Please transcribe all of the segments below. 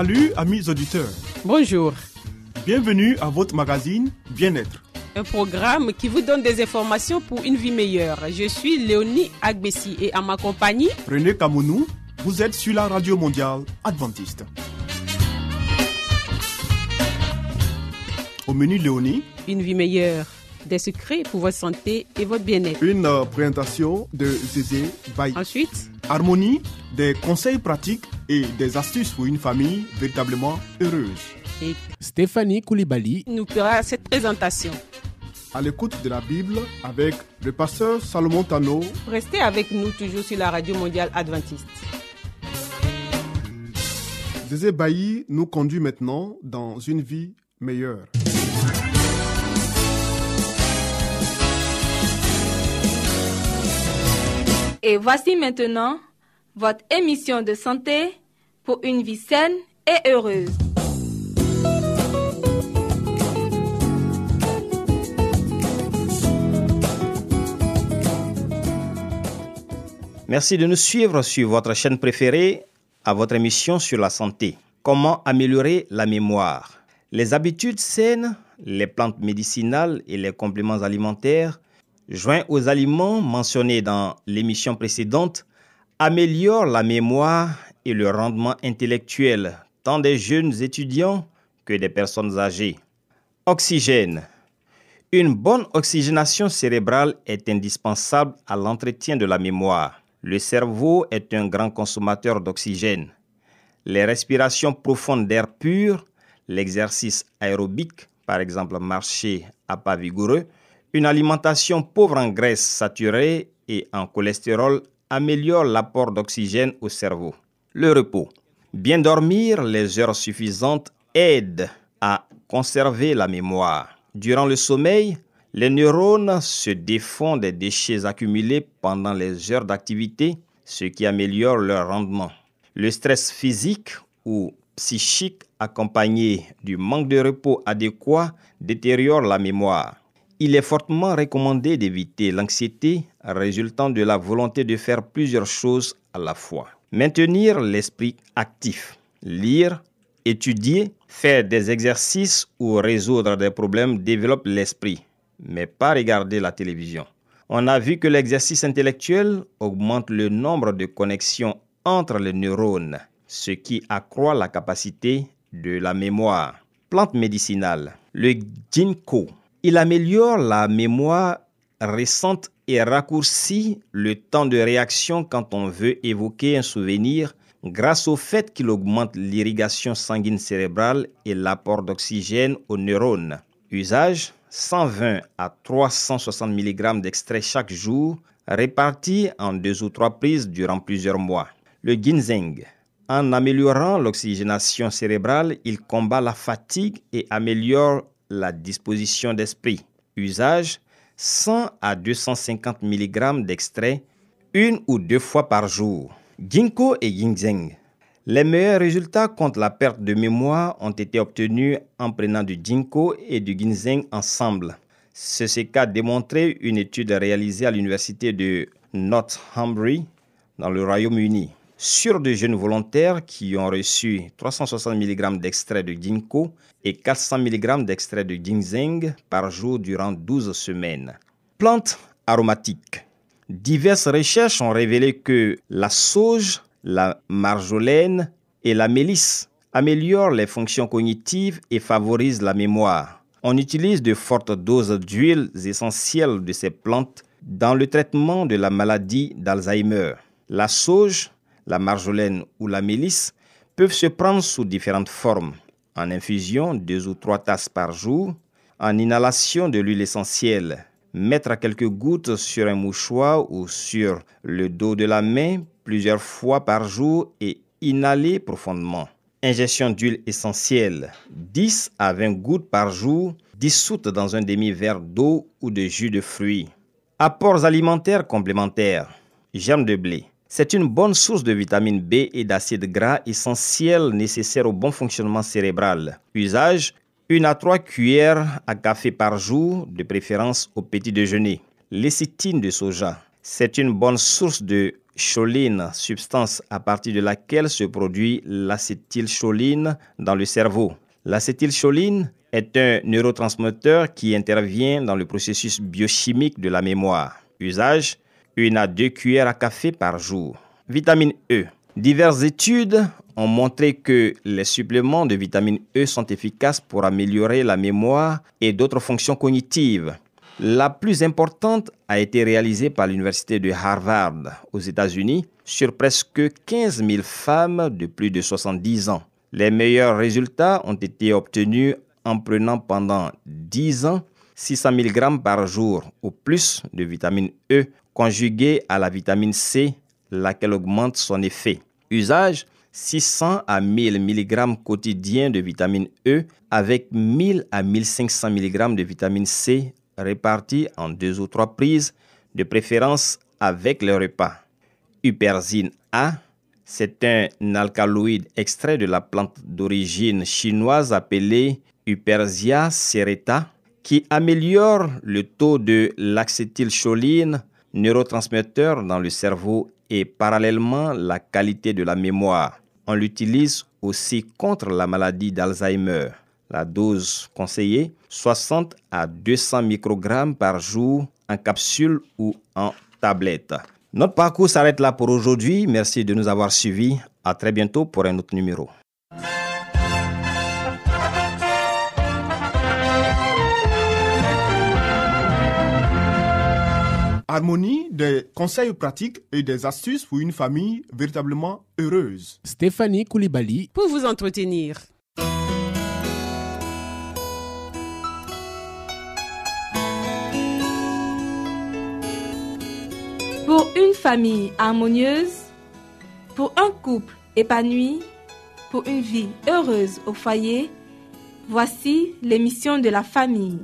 Salut amis auditeurs. Bonjour. Bienvenue à votre magazine Bien-être. Un programme qui vous donne des informations pour une vie meilleure. Je suis Léonie Agbessi et à ma compagnie, René Kamounou, vous êtes sur la radio mondiale adventiste. Au menu Léonie, une vie meilleure, des secrets pour votre santé et votre bien-être. Une présentation de Zézé Baye. Ensuite, Harmonie, des conseils pratiques et des astuces pour une famille véritablement heureuse. Et Stéphanie Koulibaly nous fera cette présentation. À l'écoute de la Bible avec le pasteur Salomon Tano. Restez avec nous toujours sur la radio mondiale adventiste. Zézé Baye nous conduit maintenant dans une vie meilleure. Et voici maintenant votre émission de santé pour une vie saine et heureuse. Merci de nous suivre sur votre chaîne préférée à votre émission sur la santé. Comment améliorer la mémoire? Les habitudes saines, les plantes médicinales et les compléments alimentaires, joints aux aliments mentionnés dans l'émission précédente, améliorent la mémoire et le rendement intellectuel tant des jeunes étudiants que des personnes âgées. Oxygène. Une bonne oxygénation cérébrale est indispensable à l'entretien de la mémoire. Le cerveau est un grand consommateur d'oxygène. Les respirations profondes d'air pur, l'exercice aérobique, par exemple marcher à pas vigoureux, une alimentation pauvre en graisses saturées et en cholestérol améliore l'apport d'oxygène au cerveau. Le repos. Bien dormir les heures suffisantes aide à conserver la mémoire. Durant le sommeil, les neurones se défont des déchets accumulés pendant les heures d'activité, ce qui améliore leur rendement. Le stress physique ou psychique accompagné du manque de repos adéquat détériore la mémoire. Il est fortement recommandé d'éviter l'anxiété résultant de la volonté de faire plusieurs choses à la fois. Maintenir l'esprit actif, lire, étudier, faire des exercices ou résoudre des problèmes développe l'esprit, mais pas regarder la télévision. On a vu que l'exercice intellectuel augmente le nombre de connexions entre les neurones, ce qui accroît la capacité de la mémoire. Plante médicinale, le ginkgo. Il améliore la mémoire récente et raccourcit le temps de réaction quand on veut évoquer un souvenir grâce au fait qu'il augmente l'irrigation sanguine cérébrale et l'apport d'oxygène aux neurones. Usage 120 à 360 mg d'extrait chaque jour, répartis en 2 ou 3 prises durant plusieurs mois. Le ginseng. En améliorant l'oxygénation cérébrale, il combat la fatigue et améliore la disposition d'esprit. Usage 100 à 250 mg d'extrait 1 ou 2 fois par jour. Ginkgo et ginseng. Les meilleurs résultats contre la perte de mémoire ont été obtenus en prenant du ginkgo et du ginseng ensemble. Ceci qu'a démontré une étude réalisée à l'université de Northumbrie dans le Royaume-Uni sur de jeunes volontaires qui ont reçu 360 mg d'extrait de ginkgo et 400 mg d'extrait de ginseng par jour durant 12 semaines. Plantes aromatiques. Diverses recherches ont révélé que la sauge, la marjolaine et la mélisse améliorent les fonctions cognitives et favorisent la mémoire. On utilise de fortes doses d'huiles essentielles de ces plantes dans le traitement de la maladie d'Alzheimer. La sauge, la marjolaine ou la mélisse peuvent se prendre sous différentes formes. En infusion, 2 ou 3 tasses par jour. En inhalation de l'huile essentielle. Mettre quelques gouttes sur un mouchoir ou sur le dos de la main plusieurs fois par jour et inhaler profondément. Ingestion d'huile essentielle, 10 à 20 gouttes par jour, dissoutes dans un demi-verre d'eau ou de jus de fruits. Apports alimentaires complémentaires. Germe de blé. C'est une bonne source de vitamine B et d'acides gras essentiels nécessaires au bon fonctionnement cérébral. Usage 1 à 3 cuillères à café par jour, de préférence au petit déjeuner. Lécithine de soja. C'est une bonne source de choline, substance à partir de laquelle se produit l'acétylcholine dans le cerveau. L'acétylcholine est un neurotransmetteur qui intervient dans le processus biochimique de la mémoire. Usage, 1 à 2 cuillères à café par jour. Vitamine E. Diverses études ont montré que les suppléments de vitamine E sont efficaces pour améliorer la mémoire et d'autres fonctions cognitives. La plus importante a été réalisée par l'université de Harvard aux États-Unis sur presque 15 000 femmes de plus de 70 ans. Les meilleurs résultats ont été obtenus en prenant pendant 10 ans 600 mg par jour ou plus de vitamine E conjuguée à la vitamine C, laquelle augmente son effet. Usage, 600 à 1000 mg quotidiens de vitamine E avec 1000 à 1500 mg de vitamine C répartis en 2 ou 3 prises, de préférence avec le repas. Huperzine A, c'est un alcaloïde extrait de la plante d'origine chinoise appelée Huperzia serrata qui améliore le taux de l'acétylcholine, neurotransmetteur dans le cerveau et parallèlement la qualité de la mémoire. On l'utilise aussi contre la maladie d'Alzheimer. La dose conseillée, 60 à 200 microgrammes par jour en capsule ou en tablette. Notre parcours s'arrête là pour aujourd'hui. Merci de nous avoir suivis. À très bientôt pour un autre numéro. Harmonie, des conseils pratiques et des astuces pour une famille véritablement heureuse. Stéphanie Koulibaly pour vous entretenir. Pour une famille harmonieuse, pour un couple épanoui, pour une vie heureuse au foyer, voici l'émission de la famille.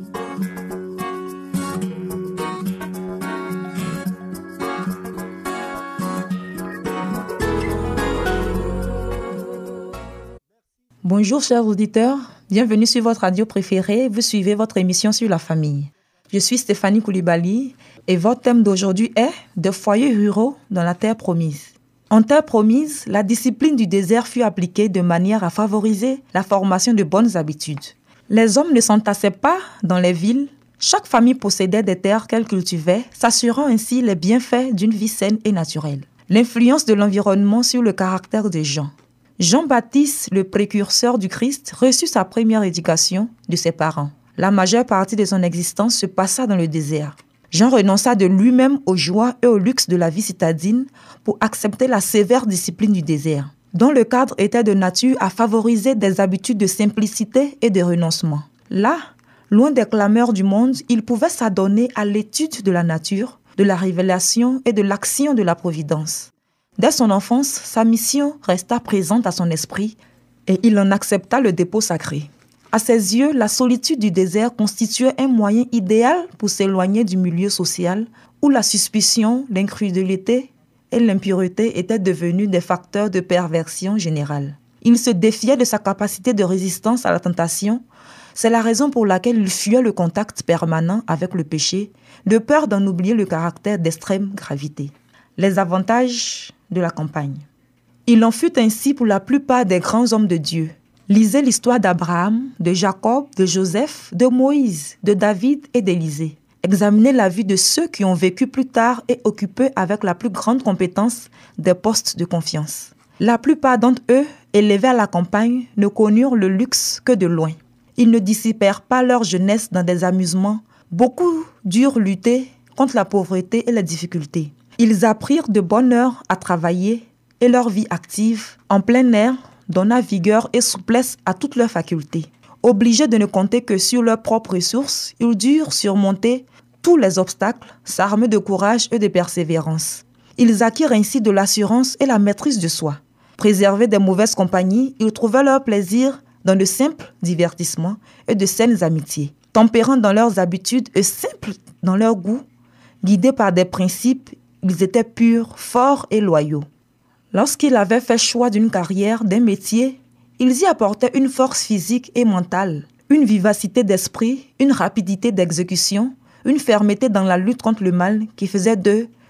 Bonjour chers auditeurs, bienvenue sur votre radio préférée, vous suivez votre émission sur la famille. Je suis Stéphanie Koulibaly et votre thème d'aujourd'hui est « Des foyers ruraux dans la terre promise ». En terre promise, la discipline du désert fut appliquée de manière à favoriser la formation de bonnes habitudes. Les hommes ne s'entassaient pas dans les villes, chaque famille possédait des terres qu'elle cultivait, s'assurant ainsi les bienfaits d'une vie saine et naturelle. L'influence de l'environnement sur le caractère des gens. Jean-Baptiste, le précurseur du Christ, reçut sa première éducation de ses parents. La majeure partie de son existence se passa dans le désert. Jean renonça de lui-même aux joies et au luxe de la vie citadine pour accepter la sévère discipline du désert, dont le cadre était de nature à favoriser des habitudes de simplicité et de renoncement. Là, loin des clameurs du monde, il pouvait s'adonner à l'étude de la nature, de la révélation et de l'action de la providence. Dès son enfance, sa mission resta présente à son esprit et il en accepta le dépôt sacré. À ses yeux, la solitude du désert constituait un moyen idéal pour s'éloigner du milieu social où la suspicion, l'incrédulité et l'impureté étaient devenus des facteurs de perversion générale. Il se défiait de sa capacité de résistance à la tentation. C'est la raison pour laquelle il fuyait le contact permanent avec le péché, de peur d'en oublier le caractère d'extrême gravité. Les avantages de la campagne. Il en fut ainsi pour la plupart des grands hommes de Dieu. Lisez l'histoire d'Abraham, de Jacob, de Joseph, de Moïse, de David et d'Élisée. Examinez la vie de ceux qui ont vécu plus tard et occupé avec la plus grande compétence des postes de confiance. La plupart d'entre eux, élevés à la campagne, ne connurent le luxe que de loin. Ils ne dissipèrent pas leur jeunesse dans des amusements. Beaucoup durent lutter contre la pauvreté et les difficultés. Ils apprirent de bonne heure à travailler et leur vie active, en plein air, donna vigueur et souplesse à toutes leurs facultés. Obligés de ne compter que sur leurs propres ressources, ils durent surmonter tous les obstacles, s'armer de courage et de persévérance. Ils acquirent ainsi de l'assurance et la maîtrise de soi. Préservés des mauvaises compagnies, ils trouvaient leur plaisir dans de simples divertissements et de saines amitiés. Tempérants dans leurs habitudes et simples dans leurs goûts, guidés par des principes, ils étaient purs, forts et loyaux. Lorsqu'ils avaient fait choix d'une carrière, d'un métier, ils y apportaient une force physique et mentale, une vivacité d'esprit, une rapidité d'exécution, une fermeté dans la lutte contre le mal qui faisait d'eux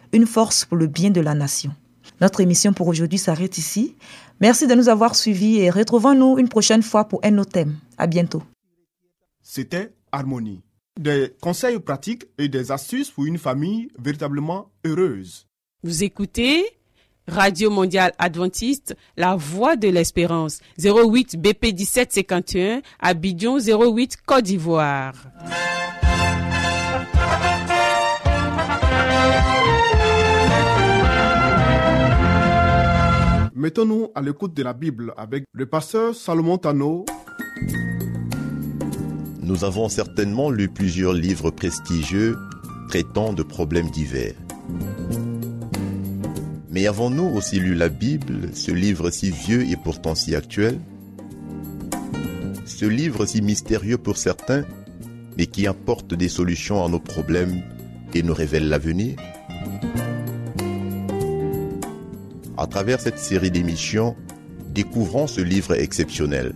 une force pour le bien de la nation. Notre émission pour aujourd'hui s'arrête ici. Merci de nous avoir suivis et retrouvons-nous une prochaine fois pour un autre thème. À bientôt. C'était Harmonie. Des conseils pratiques et des astuces pour une famille véritablement heureuse. Vous écoutez Radio Mondiale Adventiste, la voix de l'espérance, 08 BP 1751, Abidjan 08, Côte d'Ivoire. Mettons-nous à l'écoute de la Bible avec le pasteur Salomon Tano. Nous avons certainement lu plusieurs livres prestigieux traitant de problèmes divers. Mais avons-nous aussi lu la Bible, ce livre si vieux et pourtant si actuel? Ce livre si mystérieux pour certains, mais qui apporte des solutions à nos problèmes et nous révèle l'avenir? À travers cette série d'émissions, découvrons ce livre exceptionnel.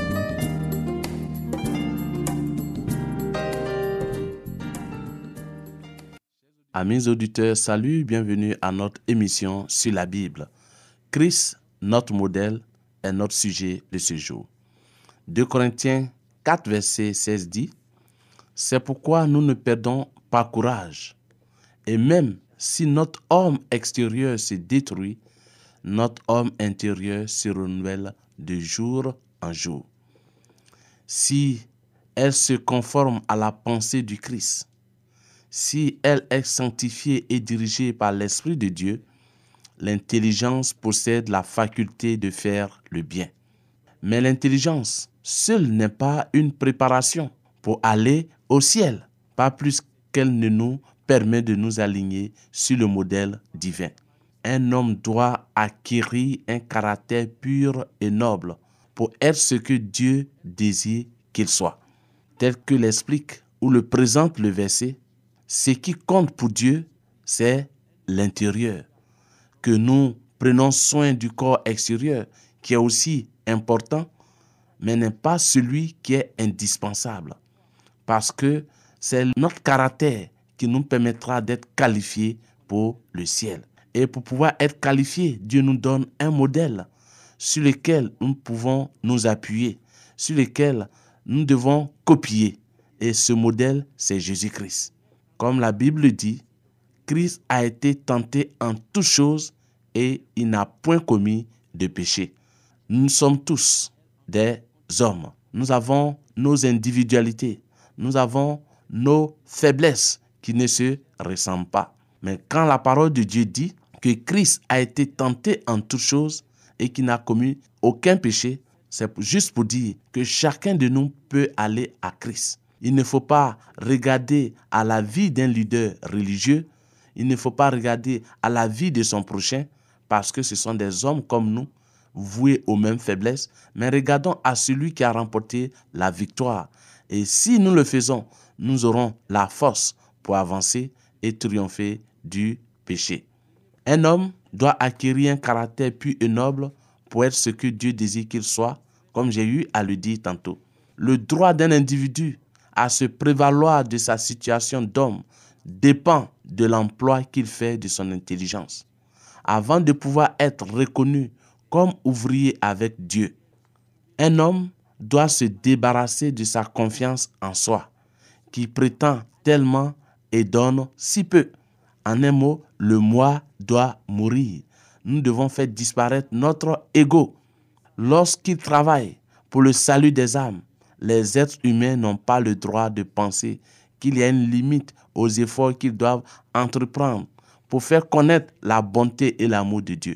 Amis auditeurs, salut, bienvenue à notre émission sur la Bible. Christ, notre modèle, est notre sujet de ce jour. 2 Corinthiens 4, verset 16 dit « C'est pourquoi nous ne perdons pas courage. Et même si notre homme extérieur se détruit, notre homme intérieur se renouvelle de jour en jour. Si elle se conforme à la pensée du Christ, si elle est sanctifiée et dirigée par l'Esprit de Dieu, l'intelligence possède la faculté de faire le bien. Mais l'intelligence seule n'est pas une préparation pour aller au ciel, pas plus qu'elle ne nous permet de nous aligner sur le modèle divin. Un homme doit acquérir un caractère pur et noble pour être ce que Dieu désire qu'il soit. Tel que l'explique ou le présente le verset, ce qui compte pour Dieu, c'est l'intérieur. Que nous prenons soin du corps extérieur, qui est aussi important, mais n'est pas celui qui est indispensable. Parce que c'est notre caractère qui nous permettra d'être qualifiés pour le ciel. Et pour pouvoir être qualifiés, Dieu nous donne un modèle sur lequel nous pouvons nous appuyer, sur lequel nous devons copier. Et ce modèle, c'est Jésus-Christ. Comme la Bible dit, Christ a été tenté en toutes choses et il n'a point commis de péché. Nous sommes tous des hommes. Nous avons nos individualités. Nous avons nos faiblesses qui ne se ressemblent pas. Mais quand la parole de Dieu dit que Christ a été tenté en toutes choses et qu'il n'a commis aucun péché, c'est juste pour dire que chacun de nous peut aller à Christ. Il ne faut pas regarder à la vie d'un leader religieux, il ne faut pas regarder à la vie de son prochain, parce que ce sont des hommes comme nous, voués aux mêmes faiblesses, mais regardons à celui qui a remporté la victoire. Et si nous le faisons, nous aurons la force pour avancer et triompher du péché. Un homme doit acquérir un caractère pur et noble pour être ce que Dieu désire qu'il soit, comme j'ai eu à le dire tantôt. Le droit d'un individu à se prévaloir de sa situation d'homme dépend de l'emploi qu'il fait de son intelligence. Avant de pouvoir être reconnu comme ouvrier avec Dieu, un homme doit se débarrasser de sa confiance en soi, qui prétend tellement et donne si peu. En un mot, le moi doit mourir. Nous devons faire disparaître notre ego. Lorsqu'il travaille pour le salut des âmes, les êtres humains n'ont pas le droit de penser qu'il y a une limite aux efforts qu'ils doivent entreprendre pour faire connaître la bonté et l'amour de Dieu.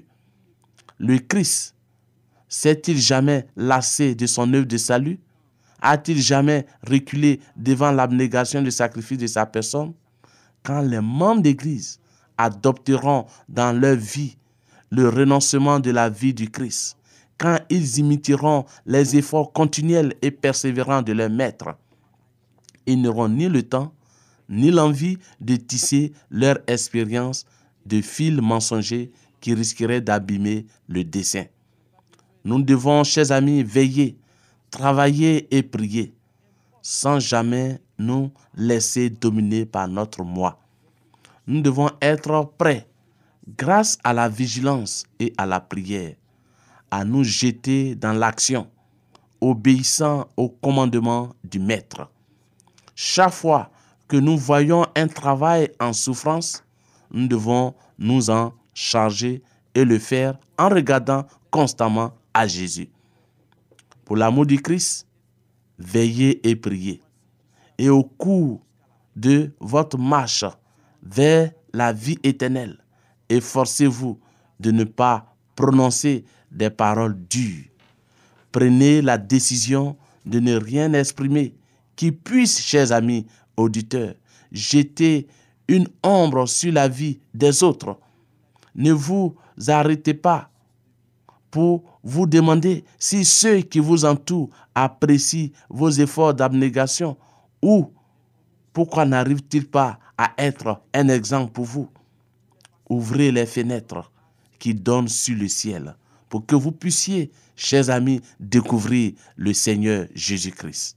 Le Christ s'est-il jamais lassé de son œuvre de salut? A-t-il jamais reculé devant l'abnégation du sacrifice de sa personne? Quand les membres d'Église adopteront dans leur vie le renoncement de la vie du Christ, quand ils imiteront les efforts continuels et persévérants de leur maître, ils n'auront ni le temps, ni l'envie de tisser leur expérience de fils mensongers qui risqueraient d'abîmer le dessein. Nous devons, chers amis, veiller, travailler et prier, sans jamais nous laisser dominer par notre moi. nous devons être prêts, grâce à la vigilance et à la prière, à nous jeter dans l'action, obéissant au commandement du Maître. Chaque fois que nous voyons un travail en souffrance, nous devons nous en charger et le faire en regardant constamment à Jésus. Pour l'amour du Christ, veillez et priez. Et au cours de votre marche vers la vie éternelle, efforcez-vous de ne pas prononcer des paroles dures. Prenez la décision de ne rien exprimer qui puisse, chers amis auditeurs, jeter une ombre sur la vie des autres. Ne vous arrêtez pas pour vous demander si ceux qui vous entourent apprécient vos efforts d'abnégation ou pourquoi n'arrive-t-il pas à être un exemple pour vous. Ouvrez les fenêtres qui donnent sur le ciel pour que vous puissiez, chers amis, découvrir le Seigneur Jésus-Christ.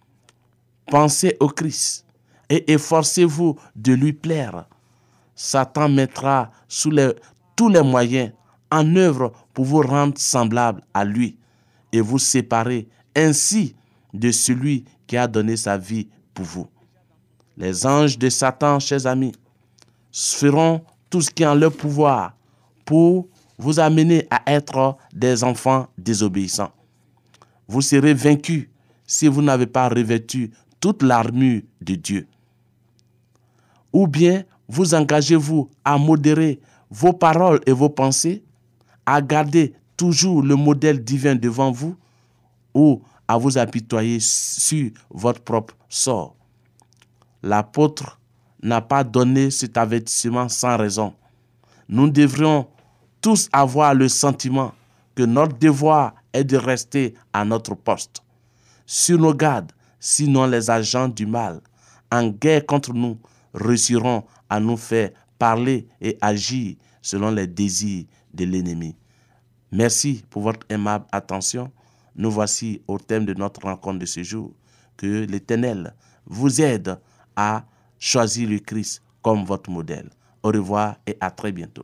Pensez au Christ et efforcez-vous de lui plaire. Satan mettra tous les moyens en œuvre pour vous rendre semblable à lui et vous séparer ainsi de celui qui a donné sa vie pour vous. Les anges de Satan, chers amis, feront tout ce qui est en leur pouvoir pour vous amener à être des enfants désobéissants. Vous serez vaincus si vous n'avez pas revêtu toute l'armure de Dieu. Ou bien vous engagez-vous à modérer vos paroles et vos pensées, à garder toujours le modèle divin devant vous, ou à vous apitoyer sur votre propre sort. L'apôtre n'a pas donné cet avertissement sans raison. Nous devrions tous avoir le sentiment que notre devoir est de rester à notre poste, sur nos gardes, sinon les agents du mal, en guerre contre nous, réussiront à nous faire parler et agir selon les désirs de l'ennemi. Merci pour votre aimable attention. Nous voici au thème de notre rencontre de ce jour. Que l'Éternel vous aide à choisir le Christ comme votre modèle. Au revoir et à très bientôt.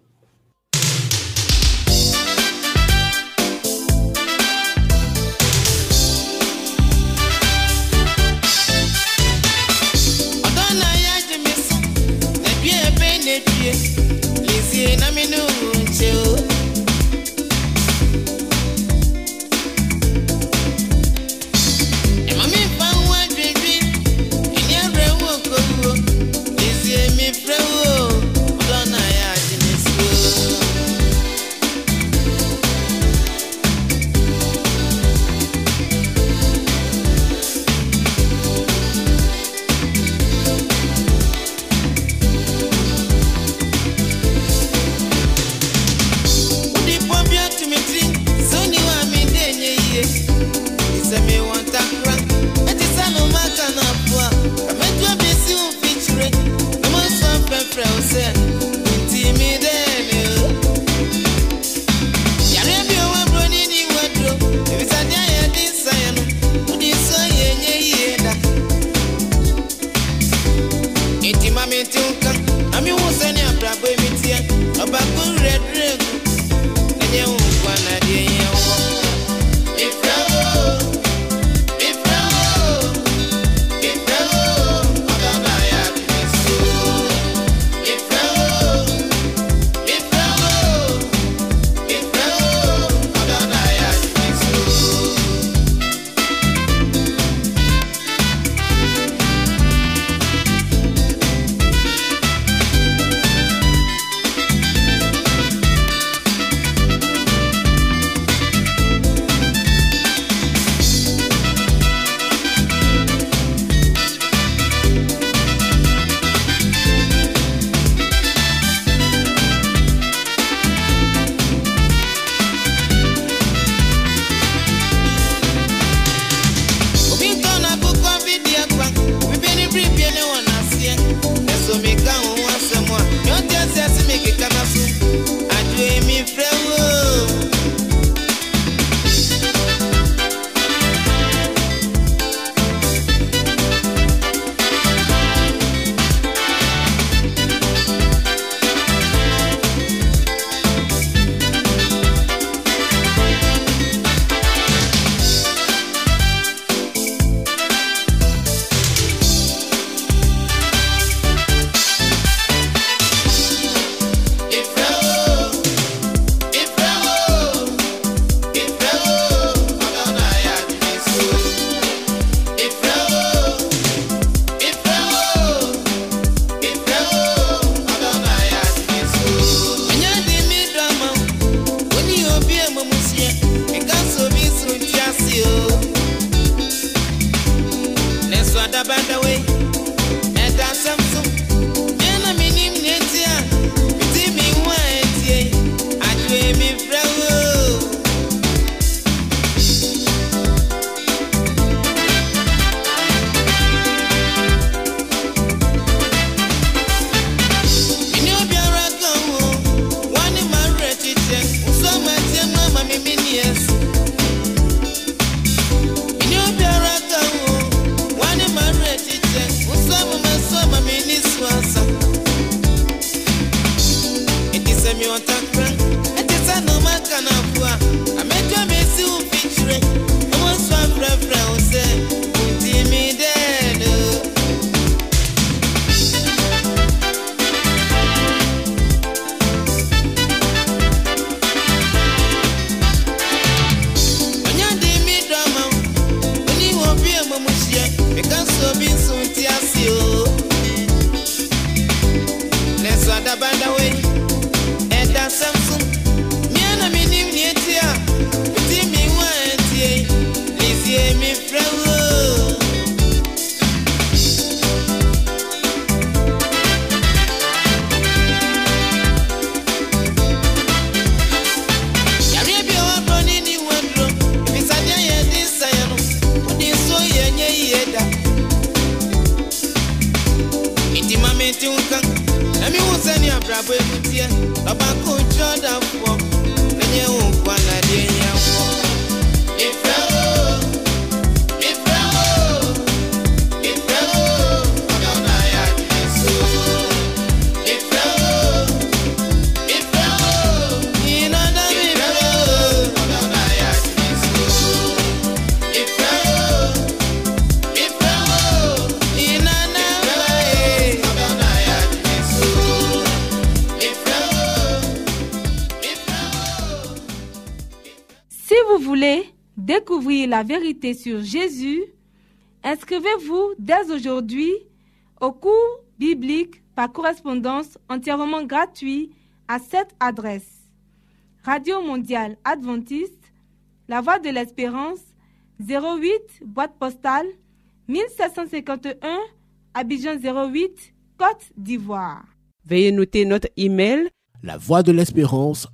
Si vous voulez découvrir la vérité sur Jésus, inscrivez-vous dès aujourd'hui au cours biblique par correspondance entièrement gratuit à cette adresse: Radio Mondiale Adventiste, La Voix de l'Espérance, 08 boîte postale 1751, Abidjan 08, Côte d'Ivoire. Veuillez noter notre email La Voix de l'Espérance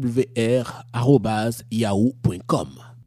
awr@yahoo.com.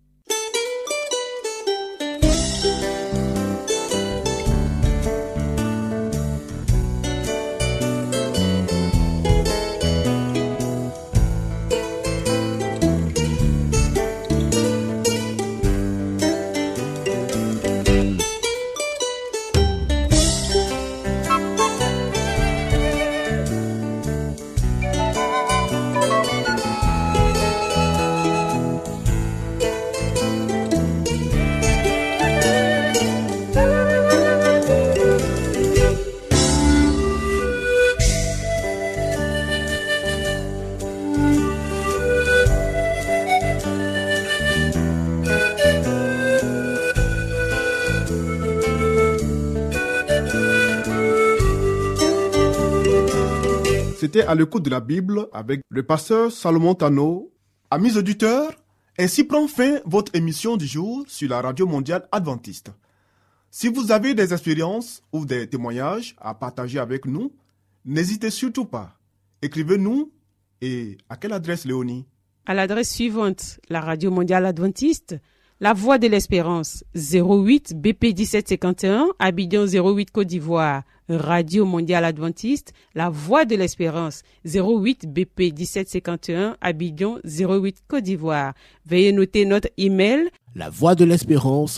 C'était à l'écoute de la Bible avec le pasteur Salomon Tano. Amis auditeurs, ainsi prend fin votre émission du jour sur la Radio Mondiale Adventiste. Si vous avez des expériences ou des témoignages à partager avec nous, n'hésitez surtout pas. Écrivez-nous. Et à quelle adresse, Léonie? à l'adresse suivante: la Radio Mondiale Adventiste, La Voix de l'Espérance, 08 BP 1751, Abidjan 08 Côte d'Ivoire. Radio Mondiale Adventiste, La Voix de l'Espérance, 08 BP 1751, Abidjan 08 Côte d'Ivoire. Veuillez noter notre email: La Voix de l'Espérance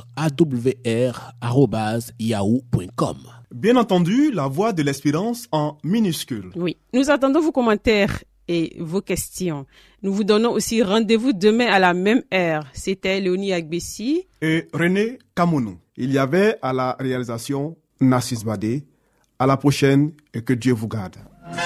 awr@yahoo.com. Bien entendu, La Voix de l'Espérance en minuscule. Oui, nous attendons vos commentaires et vos questions. Nous vous donnons aussi rendez-vous demain à la même heure. C'était Léonie Agbessi et René Kamounou. Il y avait à la réalisation Nassis Badé. À la prochaine et que Dieu vous garde.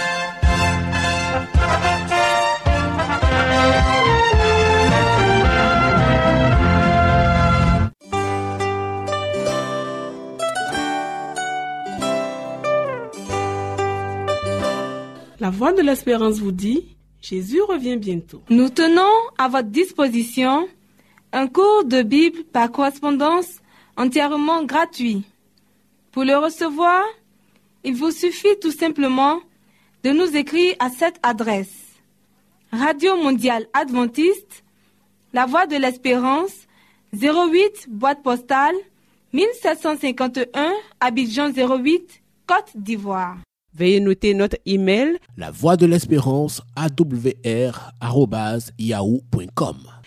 La Voix de l'Espérance vous dit: Jésus revient bientôt. Nous tenons à votre disposition un cours de Bible par correspondance entièrement gratuit. Pour le recevoir, il vous suffit tout simplement de nous écrire à cette adresse: Radio Mondiale Adventiste, La Voix de l'Espérance, 08 boîte postale 1751, Abidjan 08, Côte d'Ivoire. Veuillez noter notre email: La Voix de l'Espérance awr@yahoo.com.